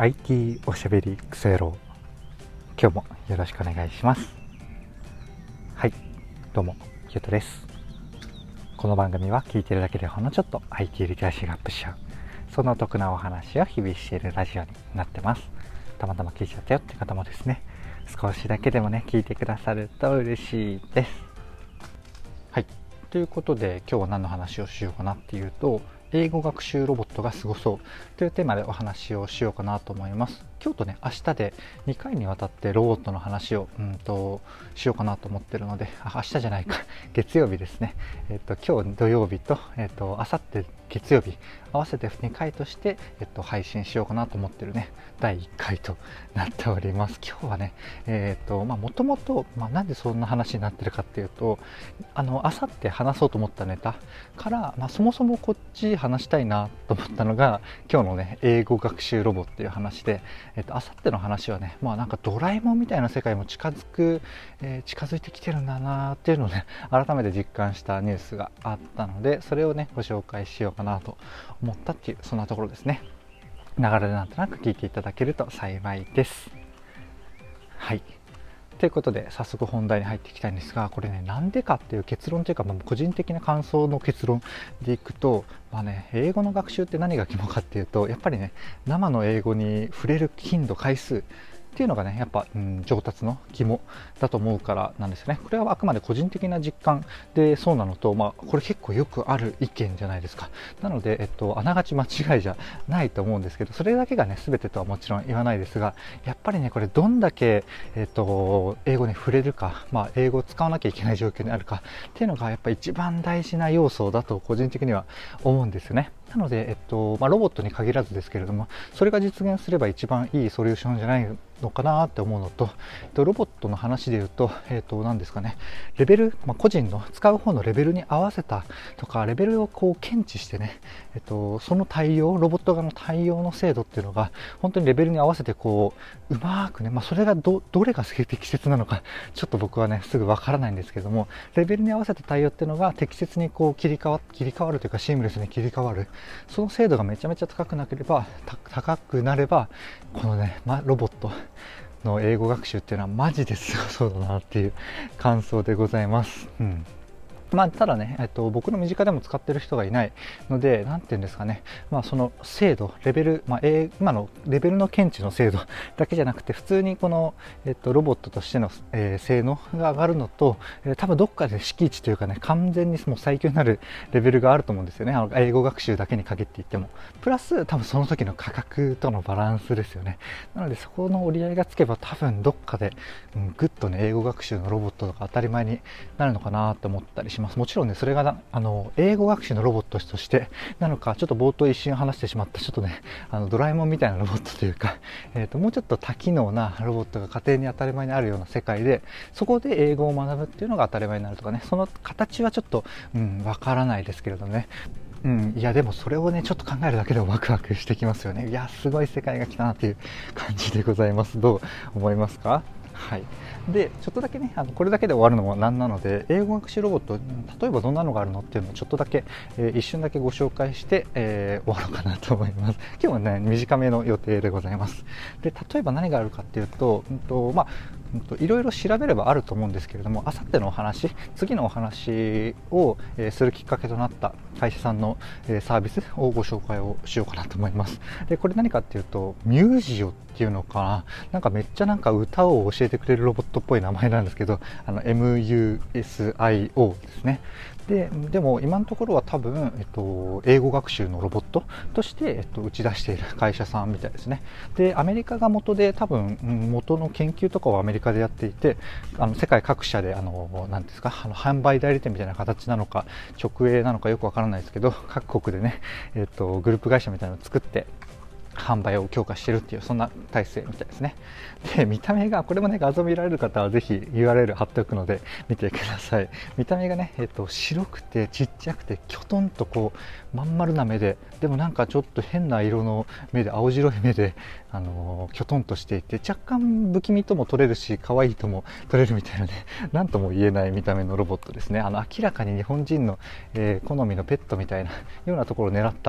IT おしゃべりクソ野郎、今日もよろしくお願いします。はい、どうもゆうとです。この番組は聞いてるだけでほんのちょっと IT リテラシーがアップしちゃう、そんなお得なお話を日々しているラジオになってます。たまたま聞いちゃったよって方もですね、少しだけでもね聞いてくださると嬉しいです。はい、ということで今日は何の話をしようかなっていうと、英語学習ロボットがすごそうというテーマでお話をしようかなと思います。今日とね、明日で2回にわたってロボットの話をしようかなと思ってるので、明日じゃないか月曜日ですね。今日土曜日と明後日月曜日合わせて2回として、配信しようかなと思ってるね第1回となっております。今日はねもともとなんでそんな話になってるかっていうと、明後日話そうと思ったネタから、そもそもこっち話したいなと思ったのが今日のね英語学習ロボっていう話で、明後日の話はね、なんかドラえもんみたいな世界も近づいてきてるんだなっていうのをね改めて実感したニュースがあったので、それをねご紹介しようかなと思ったっていう、そんなところですね。流れでなんとなく聞いていただけると幸いです。はい、ということで早速本題に入っていきたいんですが、これねなんでかっていう結論というか、個人的な感想の結論でいくと、英語の学習って何が肝かっていうと、やっぱりね生の英語に触れる頻度回数っていうのがねやっぱ、上達の肝だと思うからなんですよね。これはあくまで個人的な実感でそうなのと、これ結構よくある意見じゃないですか。なので、あながち間違いじゃないと思うんですけど、それだけがね全てとはもちろん言わないですが、やっぱりねこれどんだけ、英語に触れるか、英語を使わなきゃいけない状況にあるかっていうのがやっぱ一番大事な要素だと個人的には思うんですよね。なので、ロボットに限らずですけれども、それが実現すれば一番いいソリューションじゃないのかなって思うのと、ロボットの話でいうと、何ですかね、レベル、個人の使う方のレベルに合わせたとか、レベルをこう検知してね、その対応、ロボット側の対応の精度っていうのが本当にレベルに合わせてこうまくね、それがどれが適切なのかちょっと僕はねすぐわからないんですけども、レベルに合わせた対応っていうのが適切にこう切り替わるというか、シームレスに切り替わる、その精度がめちゃめちゃ高くなればこのね、ロボットの英語学習っていうのはマジですごそうだなっていう感想でございます。ただね、僕の身近でも使ってる人がいないので、なんていうんですかね、その精度、レベル、今のレベルの検知の精度だけじゃなくて、普通にこの、ロボットとしての、性能が上がるのと、多分どっかで敷地というかね、完全にもう最強になるレベルがあると思うんですよね。英語学習だけに限って言っても。プラス、多分その時の価格とのバランスですよね。なので、そこの折り合いがつけば、多分どっかで、ぐっとね、英語学習のロボットとか当たり前になるのかなと思ったりします。もちろんねそれが英語学習のロボットとしてなのか、ちょっと冒頭一瞬話してしまったちょっとねドラえもんみたいなロボットというか、もうちょっと多機能なロボットが家庭に当たり前にあるような世界で、そこで英語を学ぶっていうのが当たり前になるとかね、その形はちょっとわからないですけれどもね。いやでもそれをねちょっと考えるだけでもワクワクしてきますよね。いやすごい世界が来たなっていう感じでございます。どう思いますか？はい、でちょっとだけねこれだけで終わるのもなんなので、英語学習ロボット例えばどんなのがあるのっていうのをちょっとだけ、一瞬だけご紹介して、終わろうかなと思います。今日はね短めの予定でございます。で例えば何があるかっていうと、いろいろ調べればあると思うんですけれども、あさってのお話、次のお話を、するきっかけとなった会社さんの、サービスをご紹介をしようかなと思います。でこれ何かっていうと、ミュージオっていうのかな、なんかめっちゃなんか歌を教えてくれるロボットっぽい名前なんですけど、MUSIO ですね。でも今のところは多分、英語学習のロボットとして、打ち出している会社さんみたいですね。でアメリカが元で、多分元の研究とかをアメリカでやっていて、世界各社で何ですか、販売代理店みたいな形なのか直営なのかよくわからないですけど、各国でね、グループ会社みたいなのを作って販売を強化しているっていう、そんな体制みたいですね。で見た目が、これもね画像見られる方はぜひ URL 貼っておくので見てください。見た目がね、白くてちっちゃくてきょとんとこうまん丸な目で、でもなんかちょっと変な色の目で、青白い目できょとんとしていて、若干不気味とも取れるし可愛いとも取れるみたいなね、なんとも言えない見た目のロボットですね。明らかに日本人の、好みのペットみたいなようなところを狙った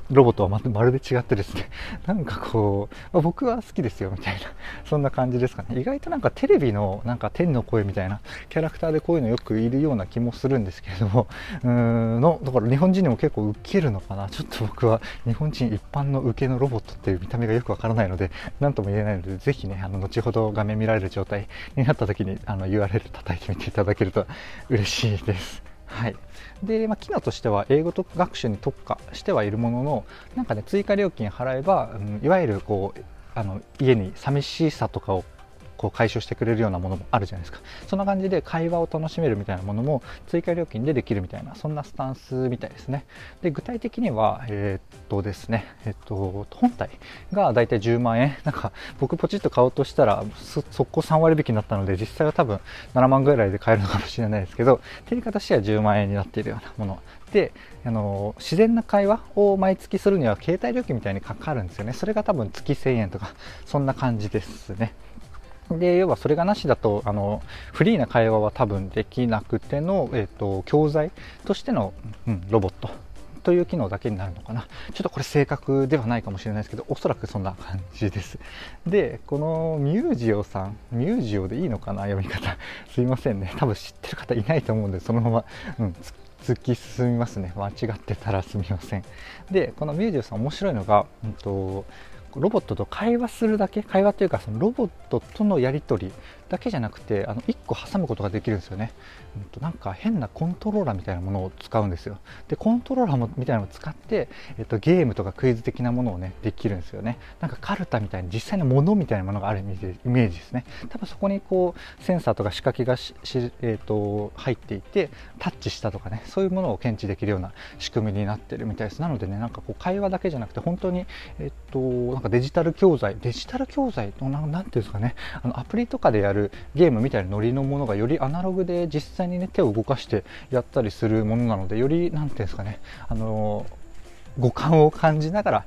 ロボットはまるで違ってですね、なんかこう、僕は好きですよみたいな、そんな感じですかね。意外となんかテレビのなんか天の声みたいなキャラクターでこういうのよくいるような気もするんですけれども、だから日本人にも結構受けるのかな。ちょっと僕は日本人一般の受けのロボットっていう見た目がよくわからないので、なんとも言えないので、ぜひね、後ほど画面見られる状態になった時にURL 叩いてみていただけると嬉しいです。はい。で、機能としては英語学習に特化してはいるものの、なんかね、追加料金払えば、いわゆるこう家に寂しさとかをこう解消してくれるようなものもあるじゃないですか。そんな感じで会話を楽しめるみたいなものも追加料金でできるみたいな、そんなスタンスみたいですね。で、具体的にはですね、本体がだいたい10万円、なんか僕ポチッと買おうとしたら速攻3割引きになったので、実際は多分7万ぐらいで買えるのかもしれないですけど、手に方しては10万円になっているようなもので、自然な会話を毎月するには携帯料金みたいにかかるんですよね。それが多分月1000円とかそんな感じですね。で、要はそれがなしだとフリーな会話は多分できなくての、教材としての、ロボットという機能だけになるのかな。ちょっとこれ正確ではないかもしれないですけど、おそらくそんな感じです。で、このミュージオさん、ミュージオでいいのかな、読み方すいませんね、多分知ってる方いないと思うんで、そのまま、突き進みますね。間違ってたらすみません。で、このミュージオさん面白いのが、ロボットと会話するだけ、会話というかそのロボットとのやり取りだけじゃなくて、1個挟むことができるんですよね。なんか変なコントローラーみたいなものを使うんですよ。で、コントローラーみたいなのを使って、ゲームとかクイズ的なものをね、できるんですよね。なんかカルタみたいに実際のものみたいなものがあるイメージですね。多分そこにこうセンサーとか仕掛けが入っていて、タッチしたとかね、そういうものを検知できるような仕組みになってるみたいです。なのでね、なんかこう会話だけじゃなくて本当になんかデジタル教材のなんていうんですかね、アプリとかでやるゲームみたいなノリのものがよりアナログで実際にね手を動かしてやったりするものなので、よりなんていうんですかね、五感を使いなが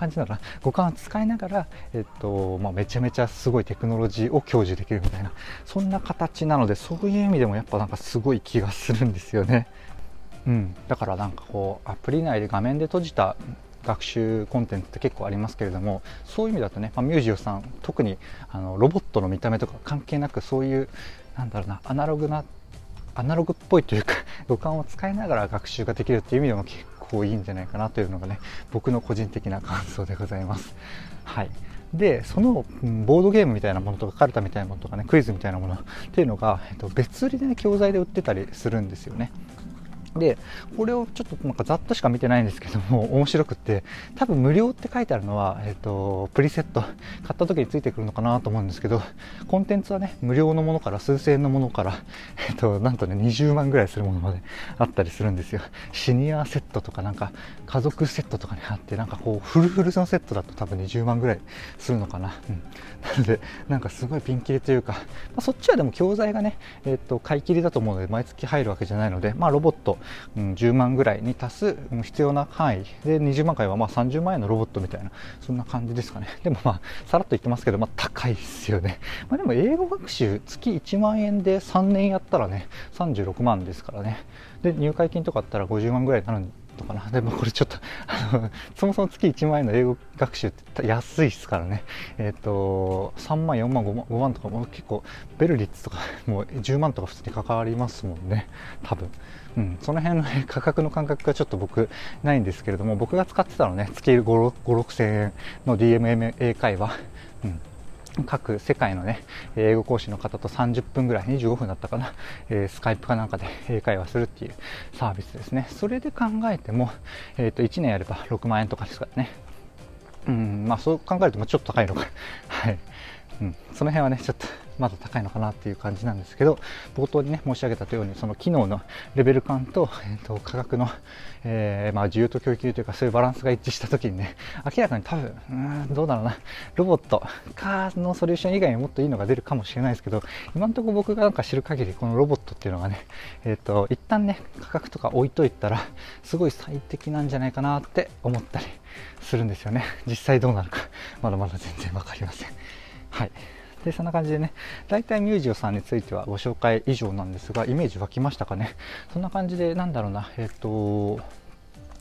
ら、めちゃめちゃすごいテクノロジーを享受できるみたいな、そんな形なので、そういう意味でもやっぱなんかすごい気がするんですよね。だからなんかこうアプリ内で画面で閉じた学習コンテンツって結構ありますけれども、そういう意味だとね、ミュージオさん特にロボットの見た目とか関係なく、そういうなんだろうな、アナログっぽいというか五感を使いながら学習ができるっていう意味でも結構いいんじゃないかなというのがね、僕の個人的な感想でございます。はい。で、そのボードゲームみたいなものとかカルタみたいなものとかね、クイズみたいなものっていうのが、別売りでね、教材で売ってたりするんですよね。で、これをちょっとなんかざっとしか見てないんですけども、面白くって、多分無料って書いてあるのは、プリセット買った時についてくるのかなと思うんですけど、コンテンツはね、無料のものから数千円のものから、なんとね、20万ぐらいするものまであったりするんですよ。シニアセットとかなんか家族セットとかにあって、なんかこうフルのセットだと多分20万ぐらいするのかな。なので、なんかすごいピンキリというか、そっちはでも教材がね、買い切りだと思うので毎月入るわけじゃないので、ロボット10万ぐらいに足す必要な範囲で、20万回は30万円のロボットみたいな、そんな感じですかね。でもさらっと言ってますけど、高いですよね。でも英語学習月1万円で3年やったらね、36万ですからね。で、入会金とかあったら50万ぐらいになるのかな。でもこれちょっとそもそも月1万円の英語学習って安いですからね。3万、4万、5万とかも結構、ベルリッツとかもう10万とか普通に関わりますもんね、多分。その辺の、価格の感覚がちょっと僕ないんですけれども、僕が使ってたのね、月5、6千円の DMM 英会話、各世界のね、英語講師の方と30分ぐらい、25分だったかな、スカイプかなんかで英会話するっていうサービスですね。それで考えても、1年やれば6万円とかですからね。そう考えるとちょっと高いのかはい。その辺はね、ちょっとまだ高いのかなっていう感じなんですけど、冒頭にね申し上げたように、その機能のレベル感と、価格の、需要と供給というか、そういうバランスが一致した時にね、明らかに多分どうだろうな、ロボットかのソリューション以外にもっといいのが出るかもしれないですけど、今のところ僕がなんか知る限り、このロボットっていうのがね、一旦ね価格とか置いといたらすごい最適なんじゃないかなって思ったりするんですよね。実際どうなるかまだまだ全然わかりません。はい。で、そんな感じでね、大体ミュージオさんについてはご紹介以上なんですが、イメージ湧きましたかね。そんな感じで、なんだろうな、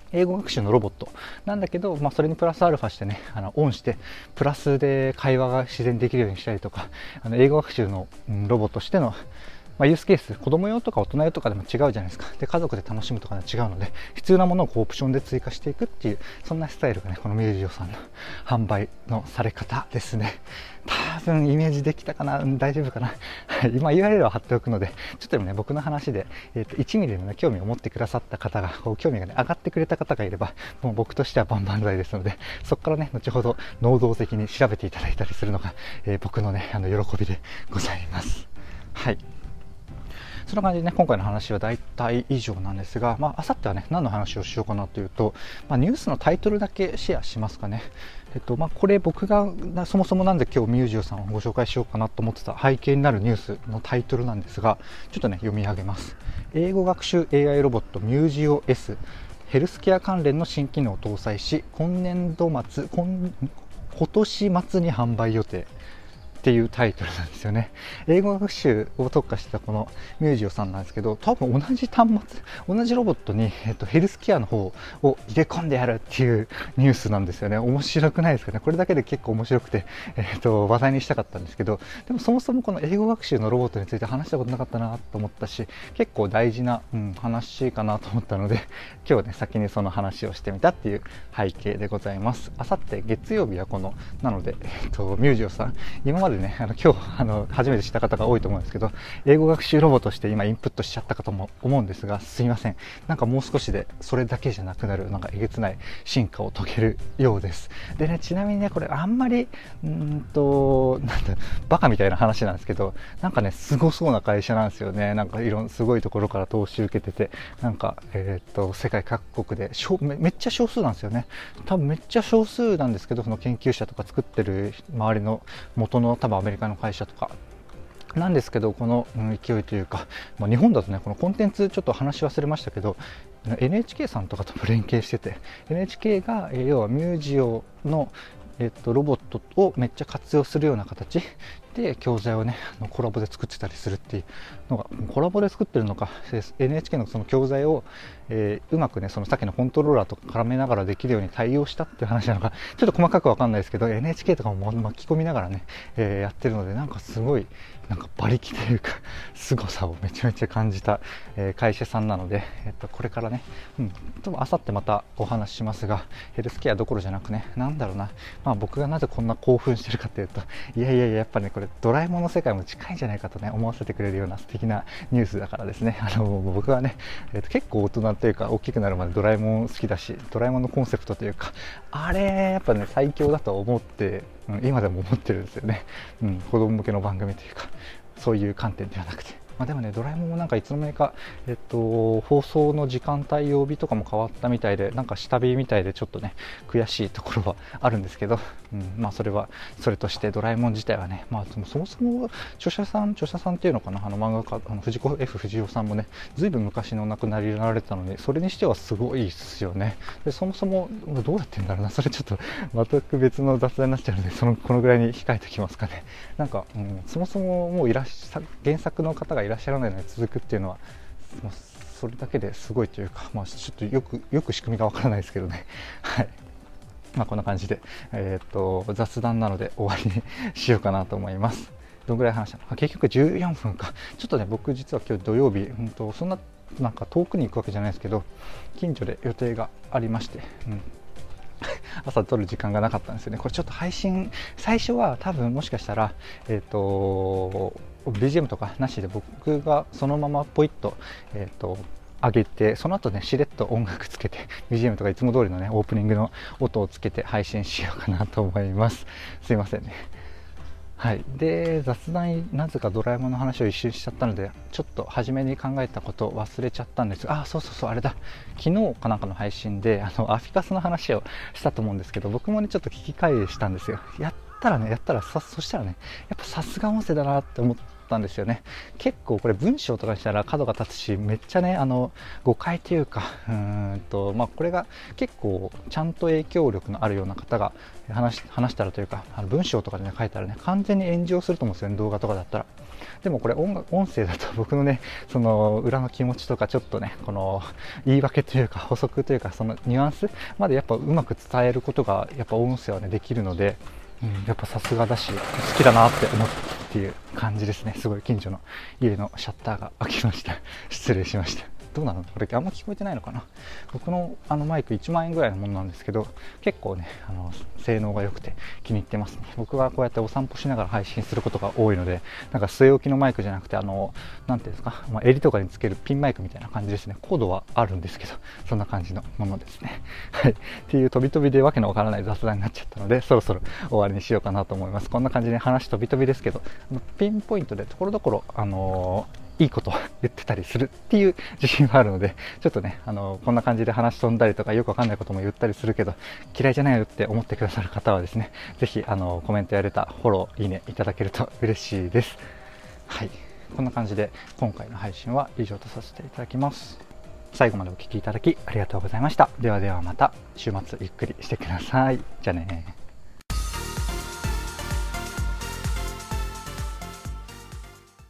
英語学習のロボットなんだけど、それにプラスアルファしてね、オンしてプラスで会話が自然にできるようにしたりとか、英語学習のロボットとしてのユースケース、子供用とか大人用とかでも違うじゃないですか。で、家族で楽しむとかで違うので、必要なものをオプションで追加していくっていう、そんなスタイルがね、このミュージオさんの販売のされ方ですね。多分イメージできたかな、大丈夫かな。今 URL を貼っておくので、ちょっとでもね、僕の話で、1ミリでもね、興味を持ってくださった方が、興味がね、上がってくれた方がいれば、もう僕としては万々歳ですので、そこからね、後ほど能動的に調べていただいたりするのが、僕のね、喜びでございます。はい。そんな感じでね、今回の話は大体以上なんですが、あさってはね、何の話をしようかなというと、ニュースのタイトルだけシェアしますかね。これ僕がそもそもなんで今日ミュージオさんをご紹介しようかなと思ってた背景になるニュースのタイトルなんですが、ちょっとね、読み上げます。英語学習 AI ロボットミュージオ S、ヘルスケア関連の新機能を搭載し、今年末に販売予定。っていうタイトルなんですよね。英語学習を特化したこのミュージオさんなんですけど、多分同じ端末、同じロボットに、ヘルスケアの方を入れ込んでやるっていうニュースなんですよね。面白くないですかね。これだけで結構面白くて、話題にしたかったんですけど、でもそもそもこの英語学習のロボットについて話したことなかったなと思ったし、結構大事な、話かなと思ったので、今日はね、先にその話をしてみたっていう背景でございます。あさって月曜日はなので、ミュージオさん、今までね、今日初めて知った方が多いと思うんですけど、英語学習ロボとして今インプットしちゃったかとも思うんですが、すいません。なんかもう少しでそれだけじゃなくなる、なんかえげつない進化を遂げるようです。でね、ちなみにね、これあんまりバカみたいな話なんですけど、なんかね、すごそうな会社なんですよね。なんかすごいところから投資受けてて、なんか世界各国でめっちゃ少数なんですよね。多分めっちゃ少数なんですけど、その研究者とか作ってる周りの元の多分アメリカの会社とかなんですけど、この勢いというか、日本だとね、このコンテンツちょっと話し忘れましたけど、NHK さんとかとも連携してて、 NHK が要はミュージオのロボットをめっちゃ活用するような形で教材をね、コラボで作ってたりするっていうのが、コラボで作ってるのか、 NHK のその教材を、うまくね、そのさっきのコントローラーと絡めながらできるように対応したっていう話なのか、ちょっと細かく分かんないですけど、 NHK とかも巻き込みながらね、やってるので、なんかすごいなんか馬力というか凄さをめちゃめちゃ感じた、会社さんなので、これからね、多分あさってまたお話ししますが、ヘルスケアどころじゃなくね、なんだろうな、僕がなぜこんな興奮してるかというと、いややっぱね、これドラえもんの世界も近いんじゃないかとね思わせてくれるような素敵なニュースだからですね。僕はね、結構大人というか大きくなるまでドラえもん好きだし、ドラえもんのコンセプトというか、あれやっぱね最強だと思って、今でも思ってるんですよね。子供向けの番組というか、そういう観点ではなくて、でもね、ドラえもんもなんかいつの間にか、放送の時間帯曜日とかも変わったみたいで、なんか下火みたいでちょっとね悔しいところはあるんですけど、それはそれとして、ドラえもん自体はね、そもそも著者さんっていうのかな、漫画家藤子 F 不二雄さんもね、ずいぶん昔のお亡くなりになられたのに、それにしてはすごいですよね。でそもそもどうやってんだろうな、それちょっと全く別の雑談になっちゃうので、このぐらいに控えておきますかね。なんか、そもそももう原作の方がいらっしゃらないのに続くっていうのは、それだけですごいというか、ちょっとよく仕組みがわからないですけどね。はい。こんな感じで、雑談なので終わりにしようかなと思います。どんぐらい話したのか、結局14分か。ちょっとね、僕実は今日土曜日、そんななんか遠くに行くわけじゃないですけど、近所で予定がありまして、朝撮る時間がなかったんですよね。これちょっと配信、最初は多分もしかしたら、BGM とかなしで僕がそのままポイッと、上げて、その後ね、しれっと音楽つけて BGM とかいつも通りのねオープニングの音をつけて配信しようかなと思います。すいませんね。はい。で、雑談、なぜかドラえもんの話を一瞬しちゃったので、ちょっと初めに考えたことを忘れちゃったんですが、そうあれだ、昨日かなんかの配信でアフィカスの話をしたと思うんですけど、僕もねちょっと聞き返したんですよ。そしたらね、やっぱさすが音声だなって思っったんですよね。結構これ文章とかにしたら角が立つし、めっちゃね誤解というかこれが結構ちゃんと影響力のあるような方が話したらというか、文章とかで、ね、書いたらね完全に炎上すると思うんですよね、動画とかだったら。でもこれ音声だと僕のねその裏の気持ちとかちょっとねこの言い訳というか補足というかそのニュアンスまでやっぱうまく伝えることがやっぱ音声はねできるので、やっぱさすがだし好きだなって思ったっていう感じですね。すごい近所の家のシャッターが開きました。失礼しました。どうなのこれあんま聞こえてないのかな。僕のマイク1万円ぐらいのものなんですけど、結構ね性能が良くて気に入ってますね。僕はこうやってお散歩しながら配信することが多いので、なんか据え置きのマイクじゃなくてなんていうんですか、襟とかにつけるピンマイクみたいな感じですね。コードはあるんですけど、そんな感じのものですね。はい、っていう飛び飛びでわけのわからない雑談になっちゃったので、そろそろ終わりにしようかなと思います。こんな感じで話飛び飛びですけど、ピンポイントでところどころいいことを言ってたりするっていう自信はあるので、ちょっとねこんな感じで話飛んだりとかよくわかんないことも言ったりするけど嫌いじゃないよって思ってくださる方はですね、ぜひコメントやれたフォローいいねいただけると嬉しいです。はい、こんな感じで今回の配信は以上とさせていただきます。最後までお聞きいただきありがとうございました。ではではまた週末ゆっくりしてください。じゃあね。